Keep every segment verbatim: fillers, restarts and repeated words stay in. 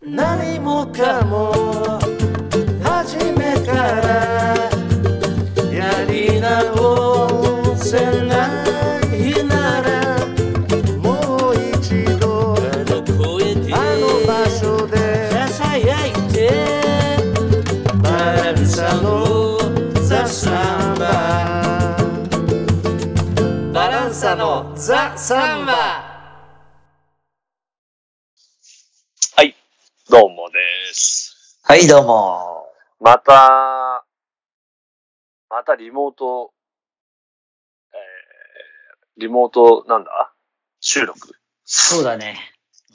何もかも初めからやり直せないならもう一度あの声であの場所でささやいてバランサのザ・サンババランサのザ・サンバ。 どうもです。 はい、どうも。 また、またリモート、えー、リモートなんだ収録。 そうだね。うん、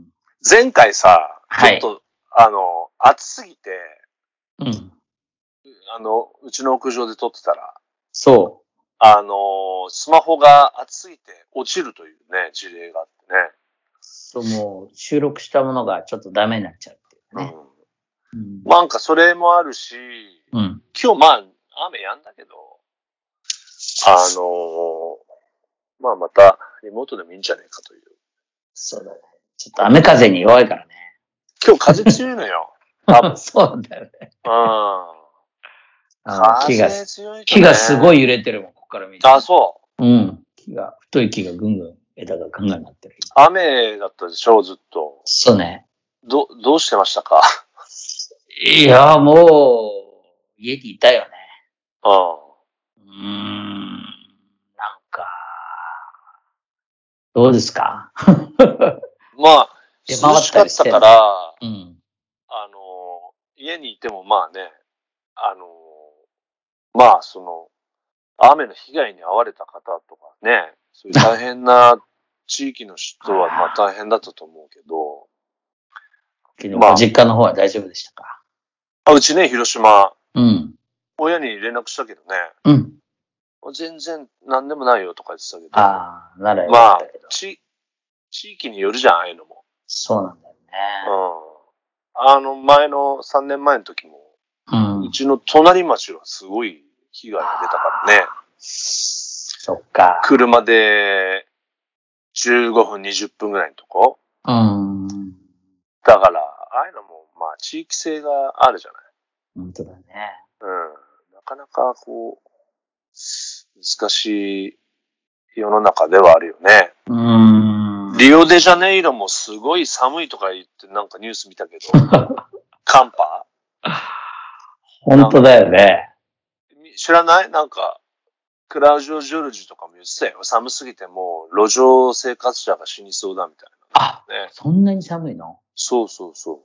前回さ、 はい、 ちょっと、あの、暑すぎて、 うん、 あの、うちの屋上で撮ってたら、 そう。 あの、スマホが暑すぎて落ちるというね、事例があってね。 そう、もう収録したものがちょっとダメになっちゃうっていうね。 うんうん、なんかそれもあるし、 うん、 今日まあ雨やんだけど、あのー、まあまたリモートでもいいんじゃないかという。 そうだね。ちょっと雨風に弱いからね。 今日風強いのよ。多分そうだよね。 うん。風木が強い、ね、 木がすごい揺れてるもん、ここから見て。 あ、そう。 うん。木が、太い木がぐんぐん、枝がぐんぐんなってる。 雨だったでしょ、ずっと。 そうね。 ど、どうしてましたか？ いや、もう、家にいたよね。 うん。 うーん。なんか、どうですか？ まあ、涼しかったから、 うん、 あの、家にいてもまあね、あの、まあその、雨の被害に遭われた方とかね、そういう大変な地域の人はまあ大変だったと思うけど、 昨日、まあ、実家の方は大丈夫でしたか？ あ、うちね、広島。 うん。 親に連絡したけどね。 うん。 全然何でもないよとか言ってたけど。 ああ、ならよまあかったけど。 地、地域によるじゃん、ああいうのも。 そうなんだよね。 うん。あの、前のさんねんまえの時も、うん、うちの隣町はすごい被害が出たからね。 そっか。 車でじゅうごふん、にじゅっぷんぐらいのとこ。 うん。 だから、ああいうのも、まあ、地域性があるじゃない。 本当だね。 うん。なかなか、こう、難しい世の中ではあるよね。 うん。 リオデジャネイロもすごい寒いとか言ってなんかニュース見たけど。寒波？ 本当だよね。 知らない？なんか、クラウジョ・ジョルジュとかも言ってたよ。寒すぎてもう路上生活者が死にそうだみたいな、 あ、ね。そんなに寒いの？ そうそうそう。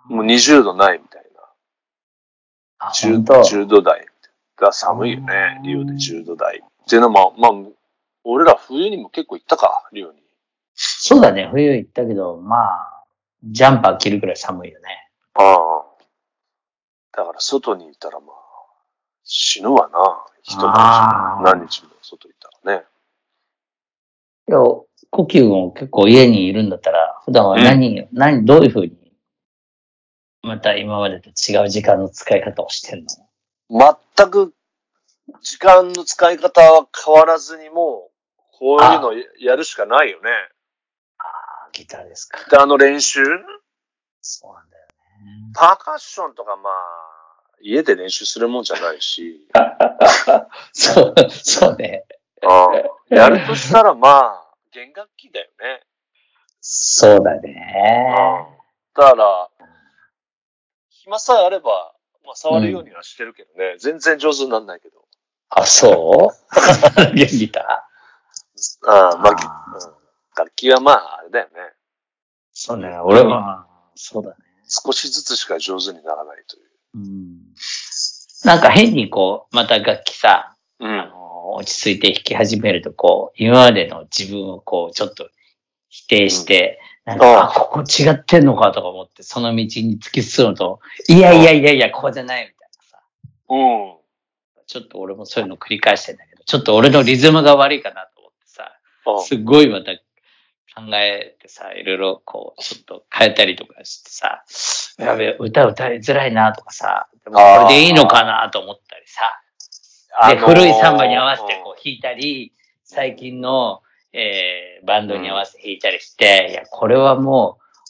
もうにじゅうどないみたいな。 あ、 じゅうど、じゅうど台みたいな。寒いよね。リオでじゅうど台。っていうのも、まあ、俺ら冬にも結構行ったか、リオに。 そうだね、冬行ったけど、まあ、ジャンパー着るくらい寒いよね。 ああ。だから外にいたらまあ、死ぬわな。一晩何日も外にいたらね。 いや、呼吸も結構家にいるんだったら、普段は何、うん、何、どういうふうに、また今までと違う時間の使い方をしてんの？全く、時間の使い方は変わらずにもう、こういうのやるしかないよね。 ああ、ギターですか。 ギターの練習？ そうなんだよね。 パーカッションとかまあ、家で練習するもんじゃないし。 そう、そうね。 ああ、やるとしたらまあ、弦楽器だよね。 そうだね。 ああ、だから、暇さえあれば、まあ触るようにはしてるけどね。うん、全然上手にならないけど。 あ、そうギターああ、まあ、うん、楽器はまあ、あれだよね。 そうね、俺は、そうだね。 少しずつしか上手にならないという。 うん、なんか変にこう、また楽器さ、 うん、 あの、落ち着いて弾き始めると、こう、今までの自分をこう、ちょっと否定して、うん、なんか、あ、ここ違ってんのかとか思って、その道に突き進むと、いやいやいやいや、ここじゃないみたいなさ。 うん。 ちょっと俺もそういうの繰り返してんだけど、ちょっと俺のリズムが悪いかなと思ってさ、すごいまた考えてさ、いろいろこう、ちょっと変えたりとかしてさ、やべえ、歌歌いづらいなとかさ、でもこれでいいのかなと思ったりさ、で、古いサンバに合わせてこう弾いたり、最近の、えー、バンドに合わせて弾いたりして、いや、これはも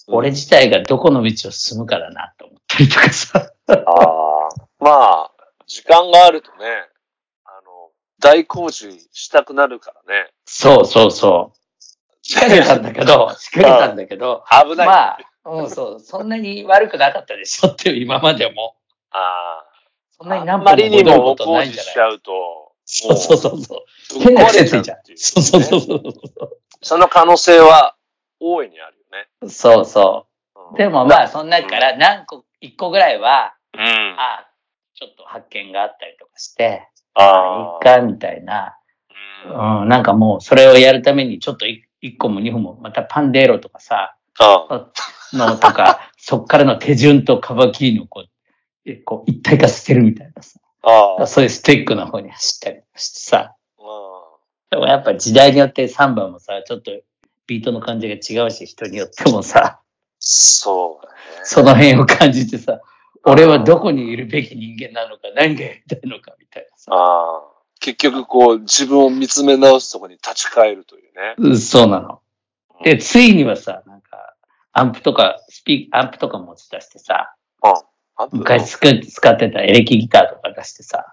俺自体がどこの道を進むかだなと思ったりとかさ。 ああ。まあ、時間があるとね、あの、大工事したくなるからね。 そうそうそう。仕掛けたんだけど、仕掛けたんだけど、 危ない。 まあ、うん、そう、そんなに悪くなかったでしょっていう、今までも。 ああ。 そんなに何分も戻ることないんじゃない？ しちゃうと。 そうそうそうそう。変な癖ついちゃう。そうそうそうそう。 その可能性は大いにあるよね。 そうそう。うん、でもまあ、そん中から何個、一個ぐらいは、 うん、 あ、ちょっと発見があったりとかして、 ああ、いいか、みたいな、うん。うん。なんかもう、それをやるために、ちょっと一個も二個も、またパンデーロとかさ、 あのとか、そっからの手順とカバキーのこう、こう一体化してるみたいなさ。 ああ、 そういうスティックの方に走ったりしてさ。 あでもやっぱ時代によってサンバもさ、ちょっとビートの感じが違うし、人によってもさ。 そうだね。 その辺を感じてさ、俺はどこにいるべき人間なのか、何がやりたいのかみたいなさ。 ああ、結局こう自分を見つめ直すところに立ち返るというね。 うん、そうなの。で、ついにはさ、なんか、アンプとか、スピー、アンプとか持ち出してさ、 うん、アンプ昔使ってたエレキギターとか出してさ、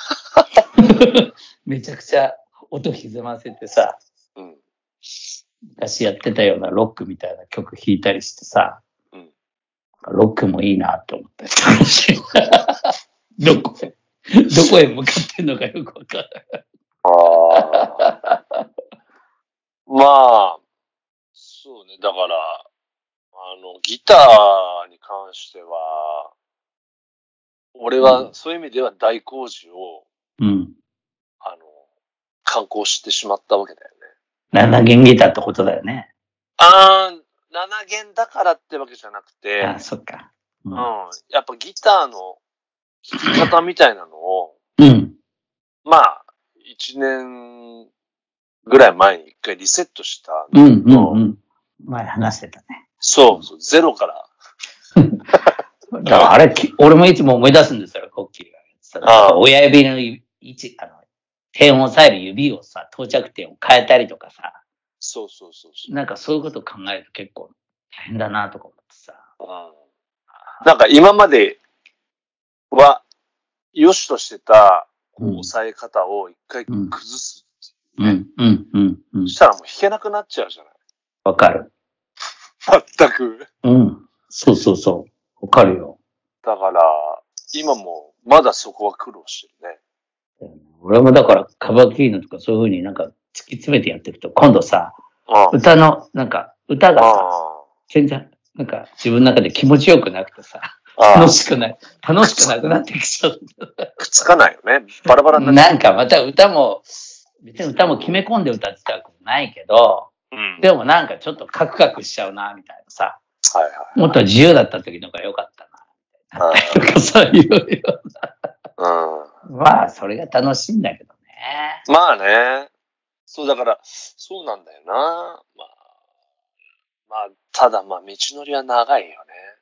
めちゃくちゃ音歪ませてさ、 うん、 昔やってたようなロックみたいな曲弾いたりしてさ、 うん、 ロックもいいなって思ったりしてどこへ、どこへ向かってんのかよくわかんない。 ああ。まあ、そうね。だから、あの、ギターに関しては、俺はそういう意味では大工事を、 うん。 あの、観光してしまったわけだよね。 七弦ギターってことだよね。 あー、七弦だからってわけじゃなくて、 あ、そっか。 うん。うん。やっぱギターの弾き方みたいなのを、 うん。 まあ、一年ぐらい前に一回リセットした。 うん、うん、うん。前話してたね。 そうそう、ゼロから。 だからあれ、俺もいつも思い出すんですよ、コッキーが言ってた。親指の位置、あの、点を押さえる指をさ、到着点を変えたりとかさ。 そうそうそうそう。 なんかそういうことを考えると結構大変だなとか思ってさ。 うん。なんか今までは、良しとしてた、押さえ方を一回崩すっていうね。 うん、うん、うん、うん。 したらもう弾けなくなっちゃうじゃない。 わかる。 全く。 うん。そうそうそう。わかるよ。 だから、今もまだそこは苦労してるね。 俺もだから、カバキーノとかそういう風になんか突き詰めてやっていくと、今度さ、 うん、 歌の、なんか、歌がさ、全然、なんか自分の中で気持ちよくなくてさ、楽しくない、楽しくなくなってきちゃう。 くっつかないよね。バラバラになっちゃう。 なんかまた歌も、別に歌も決め込んで歌ってたわけもないけど、 うん、 でもなんかちょっとカクカクしちゃうな、みたいなさ。 はいはいはい、 もっと自由だった時の方が良かったな、みたいな。とかさ、いろいろ。うん。まあ、それが楽しいんだけどね。 まあね。そうだから、そうなんだよな。まあ、まあ、ただまあ、道のりは長いよね。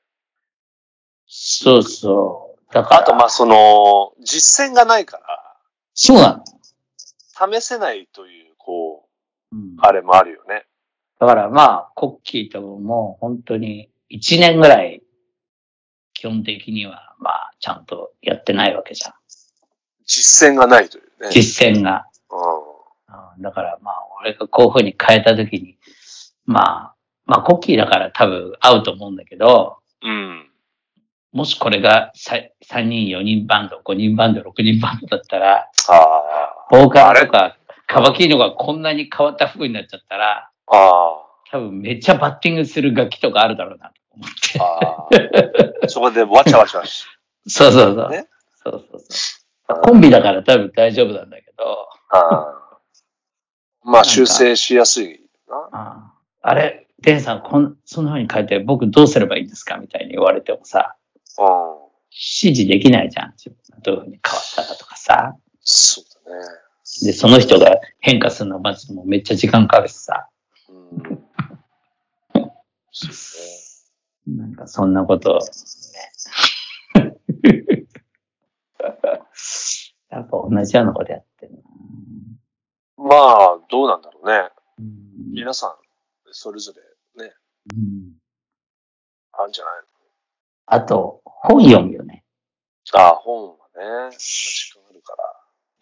そうそう。だから。 あとまあ、その、実践がないから。 そうなの。試せないという、こう、 うん、 あれもあるよね。 だからまあ、コッキーとも本当に一年ぐらい、基本的にはまあ、ちゃんとやってないわけじゃん。 実践がないというね。 実践が。 うん、 だからまあ、俺がこういう風に変えたときに、まあ、まあ、コッキーだから多分合うと思うんだけど、 うん、 もしこれがさんにん、よにんバンド、ごにんバンド、ろくにんバンドだったら、 あボーカルとかカバキーノがこんなに変わった風になっちゃったら、 あ多分めっちゃバッティングする楽器とかあるだろうなと思って。 あそこでわちゃわちゃし。 そうそうそう。ね、そうそうそう。コンビだから多分大丈夫なんだけど。 あまあ修正しやすいな。 あ, あれ、デンさん、こんそんな風に書いて僕どうすればいいんですかみたいに言われてもさ、 うん、 指示できないじゃん。自分がどういう風に変わったかとかさ。 そうだね。 で、その人が変化するのはまずもうめっちゃ時間かかるしさ。 うんそうね、なんかそんなことをね。やっぱ同じようなことやってるな。 まあ、どうなんだろうね。 うん、 皆さん、それぞれね。 うんあるんじゃないの？ あと、本読むよね。 ああ、本はね、時間あるから。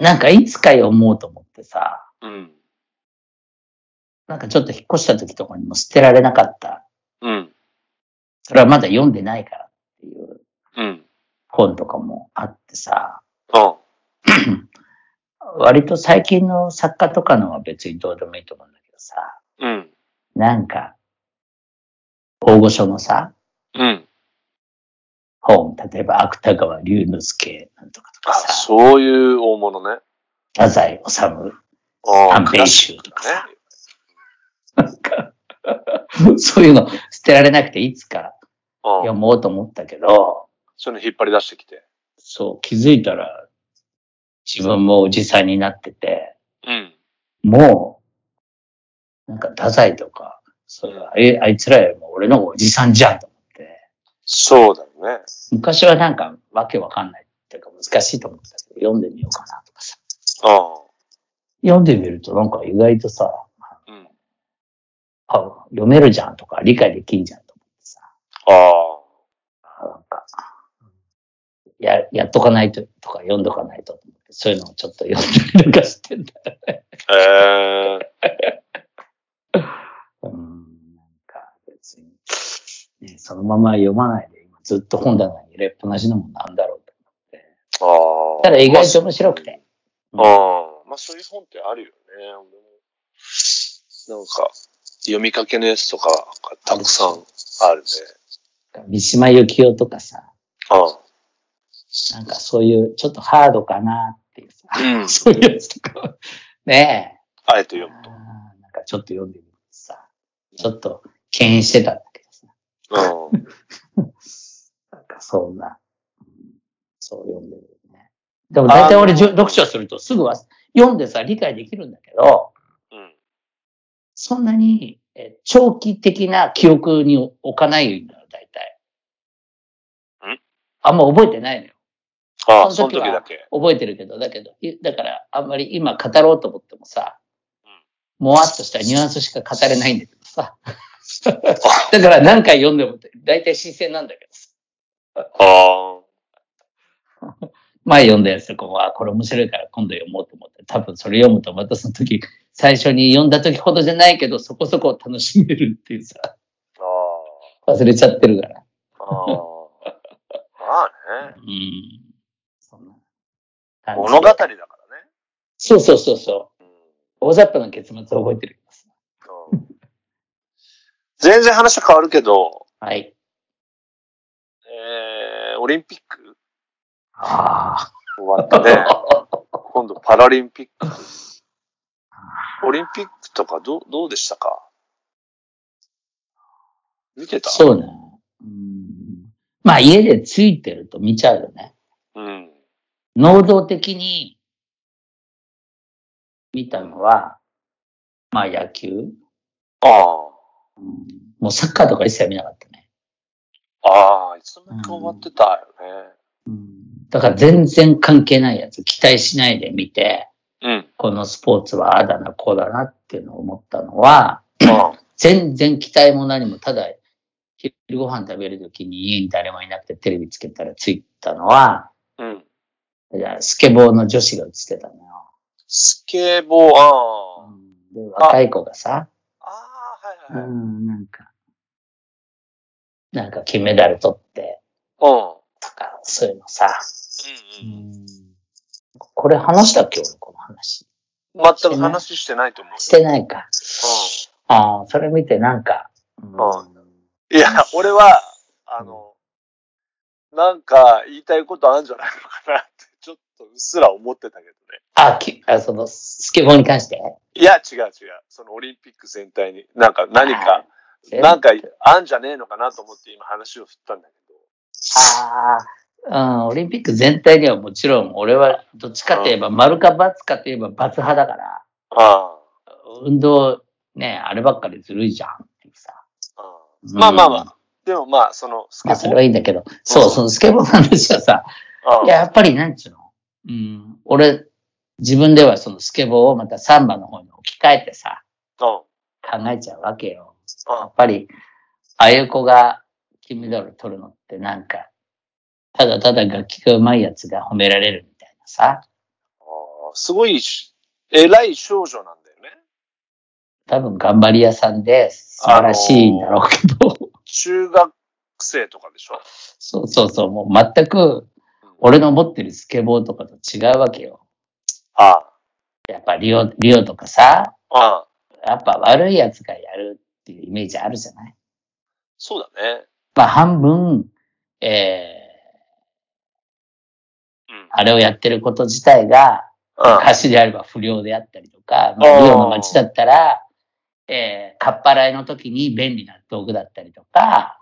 なんかいつか読もうと思ってさ、 うん。 なんかちょっと引っ越した時とかにも捨てられなかった。 うん。 それはまだ読んでないからっていううん。 本とかもあってさ、 うん。 割と最近の作家とかのは別にどうでもいいと思うんだけどさ、 うん。 なんか、大御所のさ、 うん。 本、例えば芥川龍之介なんとかとかさ、 あ、そういう大物ね。 太宰治、安兵衛集とかさ、なんか、そういうの捨てられなくていつか読もうと思ったけど、 そういうの引っ張り出してきて。 そう、気づいたら自分もおじさんになってて、 うん。 もう、なんか太宰とか、それは、え、あいつらよりも俺の方がおじさんじゃんと思って。 そうだよね。 昔はなんかわけわかんないっていうか難しいと思ったけど、読んでみようかなとかさ。 ああ。 読んでみるとなんか意外とさ、 うん、 あ、読めるじゃんとか理解できんじゃんと思ってさ。 ああ。なんか、や、やっとかないと、とか読んどかないと思って、そういうのをちょっと読んだりとかしてんだよね。 へえー。 うん、なんか別に、ね、そのまま読まないで、今ずっと本棚に入れっぱなしのもなんだろうと思って。ああ。ただ意外と面白くて。 ああ。まあそういう本ってあるよね。なんか、読みかけのやつとかがたくさんあるね。 三島由紀夫とかさ。 ああ。 なんかそういうちょっとハードかなっていうさ。うん、そういうやつとか。ねえ。 あえて読むと。 なんかちょっと読んでみるとさ。ちょっと敬遠してたんだけどさ。うん。なんかそんな。そう読んでるね。でも大体俺読書するとすぐは読んでさ理解できるんだけど、うん、そんなにえ長期的な記憶に置かないんだよ、大体。んあんま覚えてないのよ。 ああ、その時だけ。 覚えてるけど、だけど、だからあんまり今語ろうと思ってもさ、うん、もわっとしたニュアンスしか語れないんだけどさ。だから何回読んでも大体新鮮なんだけどさ。ああ。前読んだやつとかは、これ面白いから今度読もうと思って、多分それ読むとまたその時、最初に読んだ時ほどじゃないけど、そこそこ楽しめるっていうさ。あ忘れちゃってるから。ああ。 まあね。 うん。そんな物語だからね。 そうそうそうそう。うん、大雑把な結末を覚えてる。 うん、全然話は変わるけど。 はい。 えー、オリンピックああ。 終わったね。今度パラリンピック。オリンピックとかどう、どうでしたか？見てた？ そうね。うん、まあ家でついてると見ちゃうよね。うん。能動的に見たのは、まあ野球。 ああ、 うん。もうサッカーとか一切見なかったね。 ああ、いつの間にか終わってたよね。 うん、だから全然関係ないやつ、期待しないで見て、うん、このスポーツはああだな、こうだなっていうのを思ったのは、うん、全然期待も何も、ただ、昼ご飯食べるときに家に誰もいなくてテレビつけたらついたのは、うん、スケボーの女子が映ってたのよ。 スケボー、ああ、 うん、で若い子がさ、 ああ、はいはい。 うん、なんか、なんか金メダル取って、うん。とか、そういうのさ。うんうん、これ話したっけ俺、この話。 全く話してないと思う。 してないか。うん、ああ、それ見てなんか。 うん、いや、俺は、あの、なんか言いたいことあるんじゃないのかなって、ちょっとうっすら思ってたけどね。 あ、きあその、スケボーに関していや、違う違う。そのオリンピック全体に、なんか何か、なんかあんじゃねえのかなと思って今話を振ったんだけど。 ああ、うん、オリンピック全体にはもちろん、俺はどっちかといえば、丸か×かといえば×派だから、あ運動、ね、あればっかりずるいじゃんっていうさ。 うん、まあまあまあ、でもまあ、その、 スケボー。まあ、それはいいんだけど、そう、そのスケボーの話はさ、いや、やっぱりなんちゅうの、うん、俺、自分ではそのスケボーをまたサンバの方に置き換えてさ、うん、考えちゃうわけよ。やっぱり、ああいう子が金メダル取るのってなんか、ただただ楽器が上手いやつが褒められるみたいなさ。 あすごいし、偉い少女なんだよね。 多分頑張り屋さんで素晴らしいんだろうけど。あのー、 中学生とかでしょ。 そうそうそう、もう全く俺の持ってるスケボーとかと違うわけよ。 ああ。 やっぱリオ、リオとかさ、 ああ。 やっぱ悪いやつがやるっていうイメージあるじゃない？ そうだね。 まあ半分、えー、うん、あれをやってること自体が、歌手であれば不良であったりとか、まあ、リオの街だったら、えー、かっぱらいの時に便利な道具だったりとか、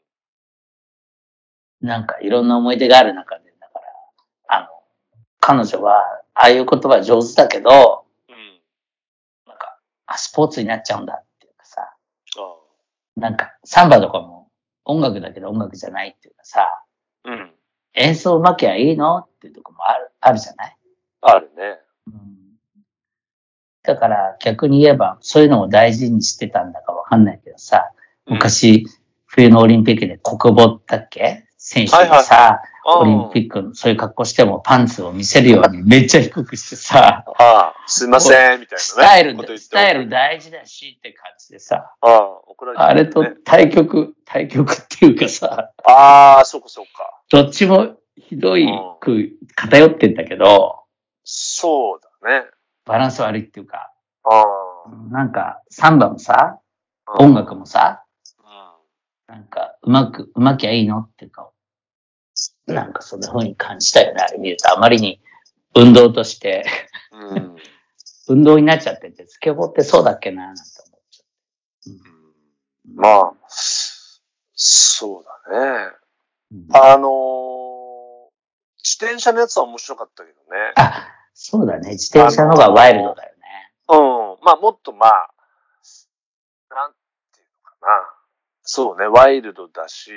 うん、なんかいろんな思い出がある中で、だから、あの、彼女は、ああいう言葉上手だけど、うん、なんか、あ、スポーツになっちゃうんだっていうかさ、なんか、サンバとかも音楽だけど音楽じゃないっていうかさ、うん、演奏うまきゃいいのっていうとこもある、あるじゃない？ あるね。 うん、だから逆に言えば、そういうのを大事にしてたんだかわかんないけどさ、昔、うん、冬のオリンピックで国母だっけ選手がさ、はいはい、オリンピックのそういう格好してもパンツを見せるようにめっちゃ低くしてさ、 ああ、すいません、みたいなね。 スタイル、スタイル大事だしって感じでさ、 ああ、怒られてるね、 あれと対極、対極っていうかさ、 ああ、そこそっか。 どっちもひどいく偏ってんだけど、 そうだね。 バランス悪いっていうか、 あなんか、サンバもさ、音楽もさ、なんか、うまく、うまきゃいいのっていうか、なんかそんな風に感じたよね、あれ見ると。あまりに運動として、うん、運動になっちゃってて、スケボーってそうだっけな、なんて思っちゃう。 うん、まあ、そうだね。うん、あのー、自転車のやつは面白かったけどね。 あ、そうだね。自転車の方がワイルドだよね。 うん。まあ、もっとまあ、なんていうのかな。そうね、ワイルドだし、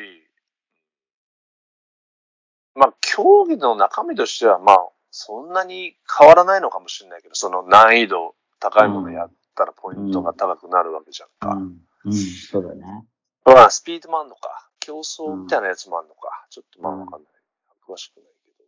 まあ、競技の中身としては、まあ、そんなに変わらないのかもしれないけど、その難易度高いものやったらポイントが高くなるわけじゃんか。 うん。うん、うん、そうだね。 まあ、スピードもあんのか。競争みたいなやつもあんのか。うん、ちょっとまあわかんない。詳しくない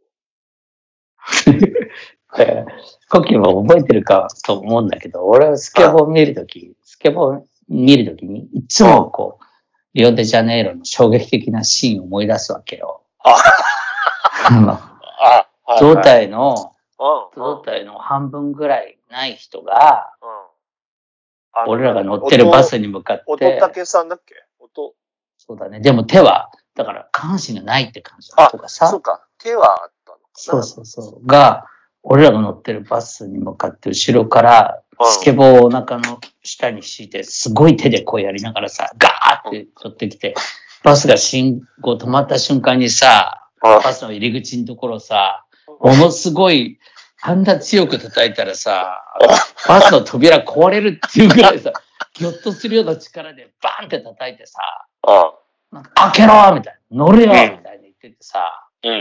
けど。コキも覚えてるかと思うんだけど、俺はスケボー見るとき、スケボー見るときに、いつもこう、リオデジャネイロの衝撃的なシーンを思い出すわけよ。あの、胴体の、胴体の半分ぐらいない人が、俺らが乗ってるバスに向かって。 音竹さんだっけ？音。 そうだね。でも手は、だから下半身がないって感じだとかさ。 そうか。手はあったのかな。 そうそうそう。が、俺らが乗ってるバスに向かって後ろから、スケボーをお腹の下に敷いて、すごい手でこうやりながらさ、ガーって取ってきて、バスが信号止まった瞬間にさ、バスの入り口のところさ、ものすごい、あんな強く叩いたらさ、バスの扉壊れるっていうぐらいさ、ぎょっとするような力でバーンって叩いてさ、なんか開けろみたいな、乗れよみたいに言っててさ、うん、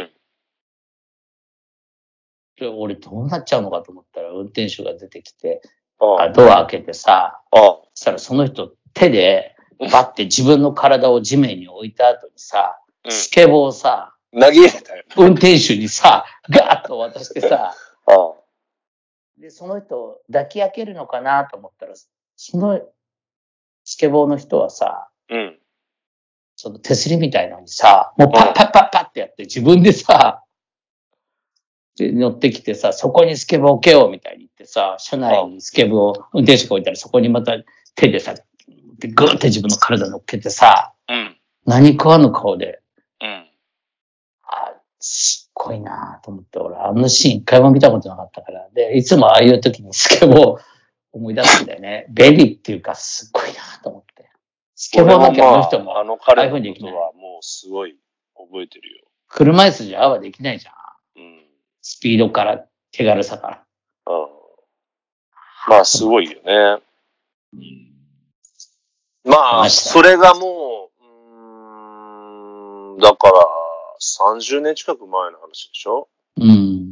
で俺どうなっちゃうのかと思ったら運転手が出てきて、あドア開けてさ、そしたらその人手でバッて自分の体を地面に置いた後にさ、うん、スケボーをさ、 投げ入れたよ。 運転手にさ、ガーッと渡してさ、で、その人抱き上げるのかなと思ったら、そのスケボーの人はさ、うん、その手すりみたいなのにさ、もうパッパッパッパッってやって自分でさ、で乗ってきてさ、そこにスケボー置けよみたいに言ってさ、車内にスケボー、運転手が置いたらそこにまた手でさ、でグーって自分の体乗っけてさ、うん、何食わぬ顔で、うん、あ、すっごいなぁと思って、俺あのシーン一回も見たことなかったから、で、いつもああいう時にスケボー思い出すんだよね。便利っていうかすっごいなぁと思って。スケボーだけあの人も、 あの彼のことはもうすごい覚えてるよ。 車椅子じゃあはできないじゃん。うん、スピードから手軽さから。うん。 まあすごいよね。うん、まあ、それがもう、うーん、だからさんじゅうねん近く前の話でしょ？うん。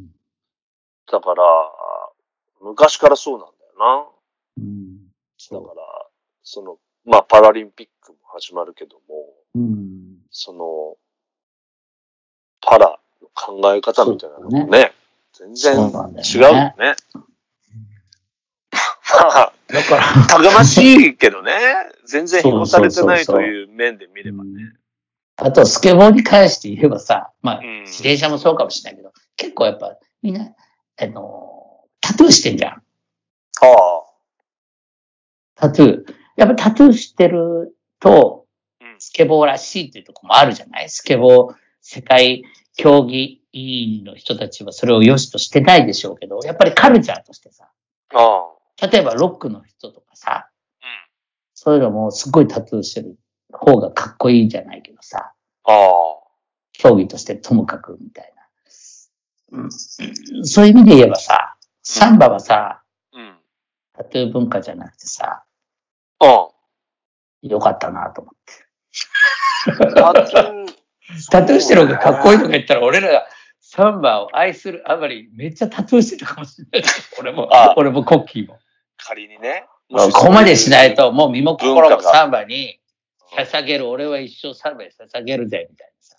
だから、昔からそうなんだよな。うん。だから、その、まあパラリンピックも始まるけども、うん、 その、パラの考え方みたいなのもね、ね全然違うよね。ねまあ、だから、たくましいけどね、全然評されてないという面で見ればね。 あと、スケボーに関して言えばさ、まあ、自転車もそうかもしれないけど、うん、結構やっぱ、みんな、あの、タトゥーしてんじゃん。ああ。 タトゥー。やっぱタトゥーしてると、スケボーらしいっていうところもあるじゃない？スケボー、世界競技委員の人たちはそれを良しとしてないでしょうけど、やっぱりカルチャーとしてさ、 ああ。 例えばロックの人とかさ、 うん、 そういうのもすごいタトゥーしてる方がかっこいいんじゃないけどさ、 ああ。 競技としてともかくみたいな。うん、そういう意味で言えばさ、サンバはさ、 うん、 タトゥー文化じゃなくてさ、 ああ。 よかったなと思って。 タトゥー、 タトゥーしてる方がかっこいいとか言ったら、俺らがサンバを愛するあまりめっちゃタトゥーしてるかもしれない。俺も、俺もコッキーも。 仮にね。 ここまでしないと、もう身も心もサンバに捧げる。俺は一生サンバに捧げるぜ、みたいなさ。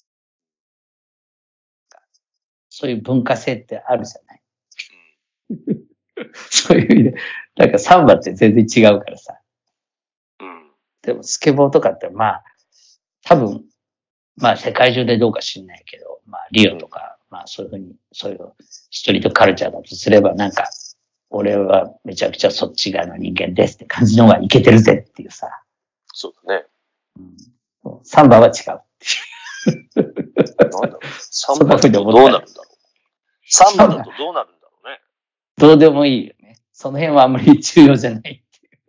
そういう文化性ってあるじゃない。そういう意味で、なんかサンバって全然違うからさ。 うん、 でもスケボーとかってまあ、多分、まあ世界中でどうか知んないけど、まあリオとか、うん、まあそういうふうに、そういうストリートカルチャーだとすればなんか、俺はめちゃくちゃそっち側の人間ですって感じの方がいけてるぜっていうさ。 そうだね。 うん、サンバは違うっていう。 なんだろう。サンバだとどうなるんだろう。サンバだとどうなるんだろうね。 どうでもいいよね。その辺はあんまり重要じゃないっていう。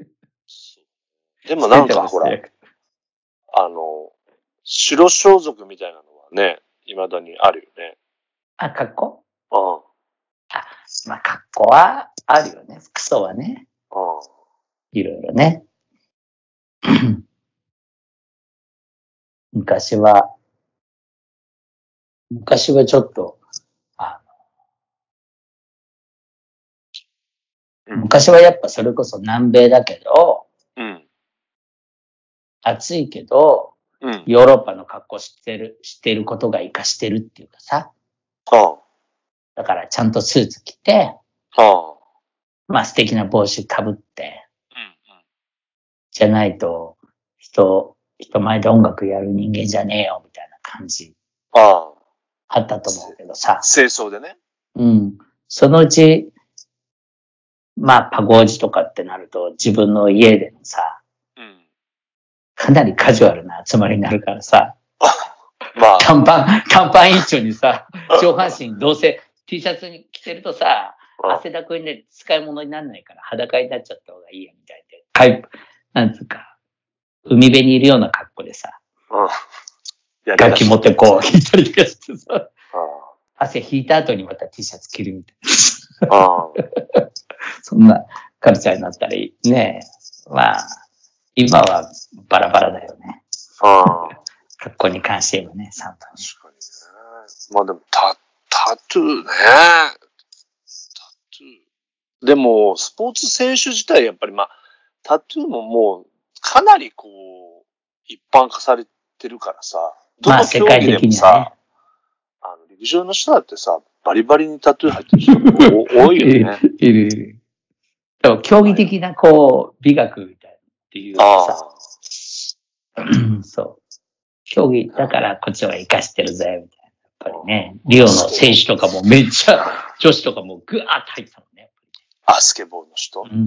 でもなんかほら、あの、白装束みたいなのはね、未だにあるよね。 あ、格好？ うん。 あ、まあ格好はあるよね。服装はね。 うん。 いろいろね。昔は、昔はちょっと、あの、うん、昔はやっぱそれこそ南米だけど、 うん、 暑いけど、 うん、 ヨーロッパの格好してる、してることが活かしてるっていうかさ。 ああ、 だからちゃんとスーツ着て、 ああ、 まあ素敵な帽子かぶって、 うんうん、 じゃないと人、人前で音楽やる人間じゃねえよみたいな感じ。 ああ。 あったと思うけどさ。 清掃でね。 うん。そのうち、まあパゴージとかってなると自分の家でもさ、 うん、 かなりカジュアルな集まりになるからさ。 まあ。 短パン、短パン一丁にさ、上半身どうせ T シャツに着てるとさ、汗だくにね、使い物にならないから裸になっちゃった方がいいやみたいで。かい、なんつうか、海辺にいるような格好でさ。 うん楽器持ってこう、弾いたりとかしてさ。汗引いた後にまた T シャツ着るみたいな。 あそんなカルチャーになったり、ねえ。まあ、今はバラバラだよね。 あ格好に関して言えばね、サンバに。 確かにね。まあでも、タ、タトゥーね。タトゥー。でも、スポーツ選手自体、やっぱりまあ、タトゥーももう、かなりこう、一般化されてるからさ。どの競技でもさ、まあね、あの陸上の人だってさ、バリバリにタトゥー入ってる人多いよね。 いるいる。でも競技的なこう美学みたいなっていうさ、そう競技だからこっちは生かしてるぜみたいな。やっぱりね、リオの選手とかもめっちゃ女子とかもグワーッと入ってたもんね。 あ、スケボーの人。 うんうん。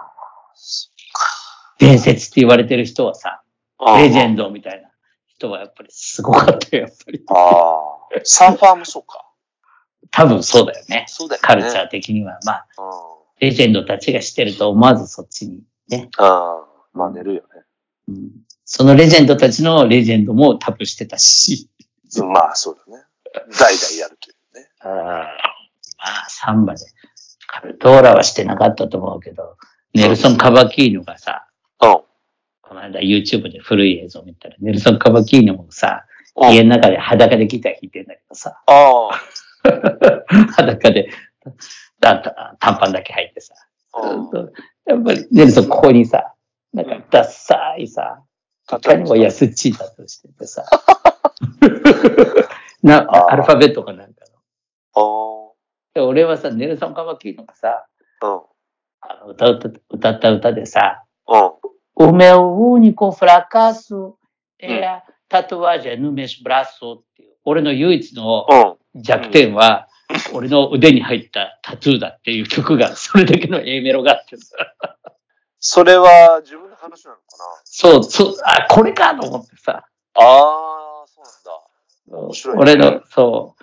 伝説って言われてる人はさ、レジェンドみたいな。人はやっぱりすごかったよ、やっぱり。 ああ。サーファーもそうか。 多分そうだよね。 そうだよね。 カルチャー的には。まあ、レジェンドたちがしてると思わずそっちにね。 ああ。まあ寝るよね、 うん。そのレジェンドたちのレジェンドも多分してたし。 まあそうだね。代々やるというね。 ああ。まあサンバで。カルトーラはしてなかったと思うけど、ネルソン・カバキーノがさ、 うん。 この間 YouTube で古い映像見たら、ネルソン・カバキーノもさ、家の中で裸でギター弾いてんだけどさ、 あ裸で短パンだけ入ってさ、やっぱりネルソンここにさ、なんかダッサいさ、 他にも安っちいタトゥーしててさ。な、アルファベットかなんかの。で俺はさ、ネルソン・カバキーノがさ、 うん、 あの歌った歌った歌でさ、 うん、 O meu único fracasso é a tatuagem no meu braço っていう、俺の唯一の弱点は、うん、俺の腕に入ったタトゥーだっていう曲が、それだけの A メロがあってさ。 それは自分の話なのかな？ そう、そう、あ、これかと思ってさ。 ああ、そうなんだ。面白い、ね。 俺の、そう。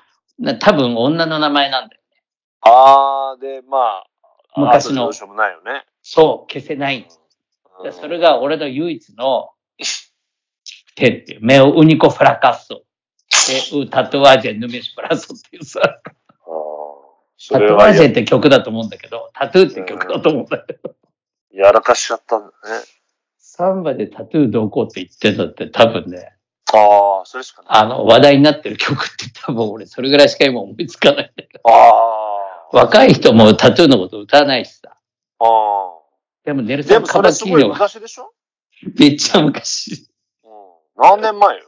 多分女の名前なんだよね。 ああ、で、まあ、 昔の。 どうしようもないよね。 そう、消せない。うん、それが俺の唯一の手っていう、メオウニコフラカッソ。で、タトゥアージェヌメシプラソっていうさ。タトゥアージェって曲だと思うんだけど、タトゥーって曲だと思うんだけど。 やらかしちゃったんだね。 サンバでタトゥーどうこうって言ってたって多分ね。 ああ、それしかない。 あの、話題になってる曲って多分俺それぐらいしか今思いつかないんだけど。 ああ。 若い人もタトゥーのこと歌わないしさ。 ああ。 でもネルソン・カバキーノは。 でもそれすごい昔でしょ？ めっちゃ昔。 うん。何年前よ？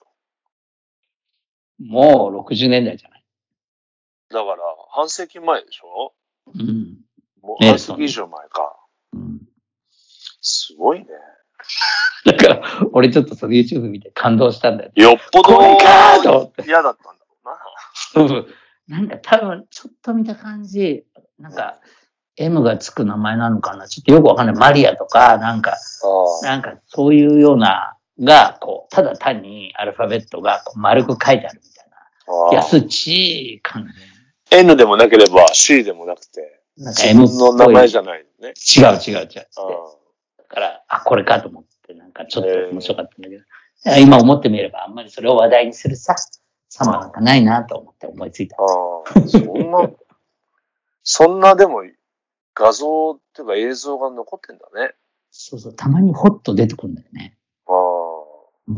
もうろくじゅうねんだいじゃない？ だから、半世紀前でしょ？ うん。 もう半世紀以上前か。 うん。 すごいね。 だから、俺ちょっとその YouTube 見て感動したんだよ。 よっぽどこれかーと思って。 嫌だったんだろうな。 うん。なんか多分、ちょっと見た感じ、なんか、M がつく名前なのかなちょっとよくわかんない。マリアとか、なんか、なんかそういうような、が、こう、ただ単にアルファベットがこう丸く書いてあるみたいな。安っちい感じ。N でもなければ C でもなくて、なんか M の名前じゃないね。 違う違う違う。だから、あ、これかと思って、なんかちょっと面白かったんだけど、今思ってみればあんまりそれを話題にするさ、サンバなんかないなと思って思いついた。 ああ、そんな、そんなでも画像っていうか映像が残ってんだね。 そうそう、たまにホッと出てくるんだよね。 ああ。 うん、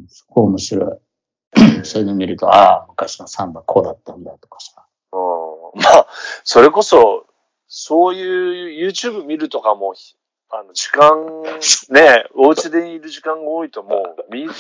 すごい面白い。そういうの見ると、ああ、昔のサンバこうだったんだとかさ。 うん、まあ、それこそ、そういう YouTube 見るとかも、あの、時間、ね、お家でいる時間が多いともう見るよ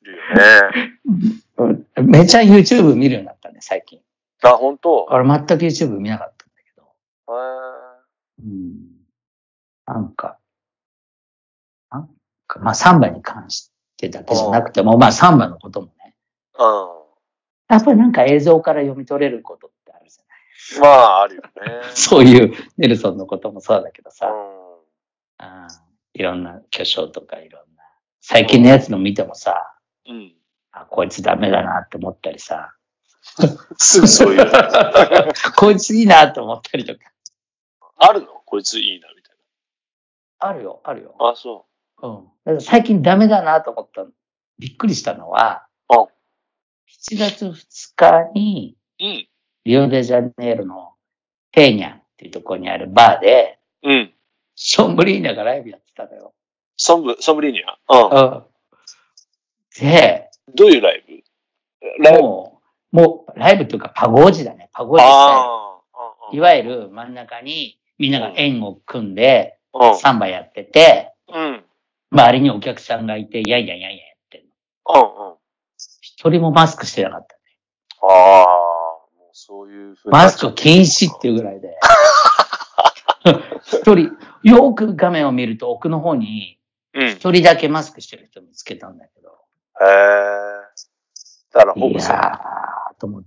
ね。めちゃ YouTube 見るようになったね、最近。 あ、本当？ 俺全く YouTube 見なかったんだけど。 へうん。なんか、なんか、まあサンバに関してだけじゃなくても、まあサンバのこともね。 うん。 やっぱりなんか映像から読み取れることってあるじゃない。まあ、あるよね。 そういうネルソンのこともそうだけどさ。 うんあいろんな巨匠とかいろんな。最近のやつの見てもさ、 うん、 あこいつダメだなって思ったりさ。 すぐそういう。 こいついいなって思ったりとか。 あるの？こいついいなみたいな。あるよ、あるよ。 あ、そう。 うん。だから最近ダメだなと思った。びっくりしたのは、 あしちがつふつかに、 うん、 リオデジャネイロのペーニャンっていうところにあるバーで、 うん。 ソンブリーニャがライブやってたのよ。 ソンブ、ソンブリーニャ？うん。 うん。で、 どういうライブ？ライブもう、もう、ライブっていうかパゴージだね。パゴージって。いわゆる真ん中にみんなが円を組んで、サンバやってて、 うん。 周りにお客さんがいて、やいやいやいややってるの。うんうん。 一人もマスクしてなかったね。 ああ、もうそういうふうに。 マスク禁止っていうぐらいで。一人、よく画面を見ると奥の方に、一人だけマスクしてる人見つけたんだけど。 へえ。だからほぼいやー、と思って。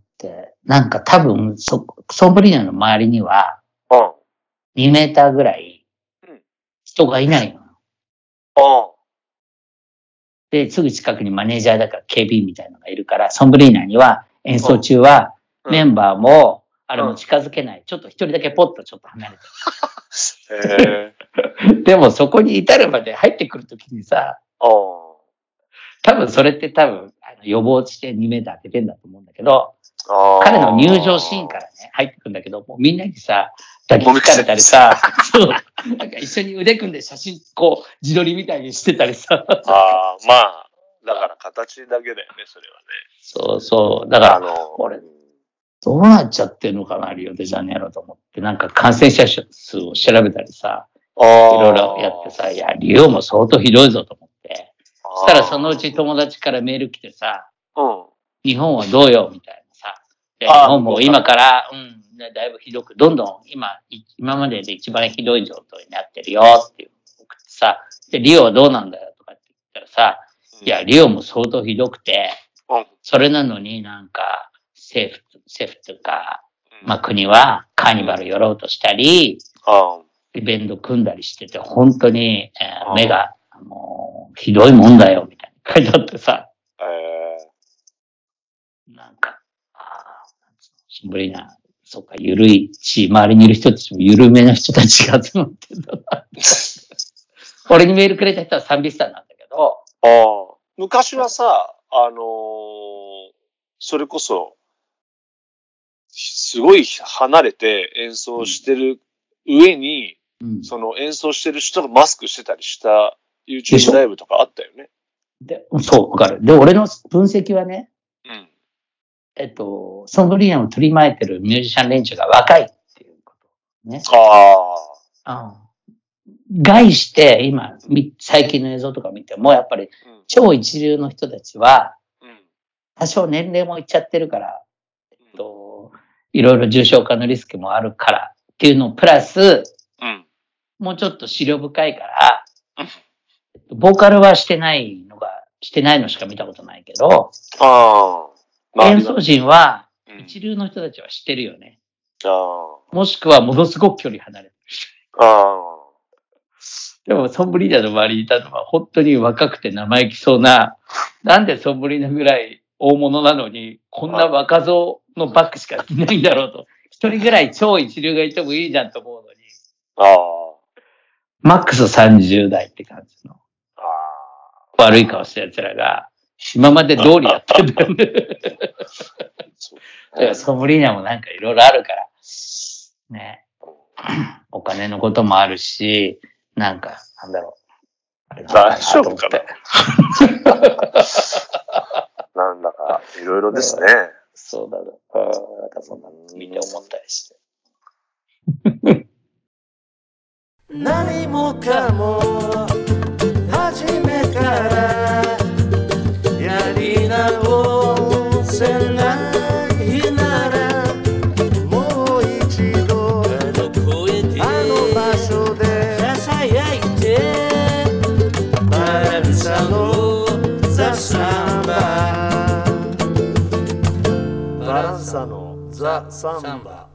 なんか多分、そ、ソンブリーニャの周りには、 うん。 にメーターぐらい、人がいないの。 うん。 で、すぐ近くにマネージャーだから警備員みたいなのがいるから、ソンブリーニャには演奏中は、メンバーも、あれも近づけない。ちょっと一人だけポッとちょっと離れてる。 へでもそこに至るまで入ってくるときにさ、多分それって多分あの予防してにメーター当ててんだと思うんだけど、彼の入場シーンからね、入ってくるんだけど、もうみんなにさ、抱きつかれたりさ、そう、なんか一緒に腕組んで写真、こう、自撮りみたいにしてたりさ。 ああ、まあ、だから形だけだよね、それはね。 そうそう。だから、あの俺、どうなっちゃってんのかな、リオデジャネイロと思って。なんか感染者数を調べたりさ、いろいろやってさ、いや、リオも相当ひどいぞと思って。 そしたらそのうち友達からメール来てさ、 うん、 日本はどうよみたいなさ。日本も今から、うん、だいぶひどく、どんどん今、今までで一番ひどい状態になってるよっていう送ってさ、で、リオはどうなんだよとかって言ったらさ、うん、いや、リオも相当ひどくて、うん、それなのになんか、政府、政府とか、まあ国はカーニバルやろうとしたり、うん、イベント組んだりしてて、本当に、えー、目が、もう、ひどいもんだよ、みたいな書いてあってさ、えー、なんか、ああ、しんぶりな、そうか、ゆるいし、周りにいる人たちもゆるめな人たちが集まってんだな。俺にメールくれた人はサンビスタなんだけど。 ああ、昔はさ、あのー、それこそ、すごい離れて演奏してる上に、うん、その演奏してる人がマスクしてたりした YouTube ライブとかあったよね。 で、そう、わかる。で、俺の分析はね、うん、えっと、ソンブリーナを取り巻いてるミュージシャン連中が若いっていうことね。ああ。概して、今、最近の映像とか見ても、やっぱり超一流の人たちは、多少年齢もいっちゃってるから、えっと、いろいろ重症化のリスクもあるからっていうのをプラス、うん、もうちょっと資料深いから、うん、ボーカルはしてないのが、してないのしか見たことないけど、あまあ、演奏陣は、一流の人たちは知ってるよね。うん、もしくはものすごく距離離れてる。あでも、ソンブリーナの周りにいたのは、本当に若くて生意気そうな、なんでソンブリーナぐらい大物なのに、こんな若造のバックしかいないんだろうと。一人ぐらい超一流がいてもいいじゃんと思うのに。ああ。マックスさんじゅう代って感じの。ああ。悪い顔した奴らが、今まで通りやってんだよね。だからソンブリーナもなんかいろいろあるから、ね。お金のこともあるし、なんか、なんだろう。あれ大丈夫かななんだか、いろいろですね。 そうだろう。なんかそんなの見て思ったりして。 何もかも、初めからやり直せないなら、もう一度、あの声で、あの場所で、囁いて、バランサのザ・サンバ。バランサのザ・サンバ。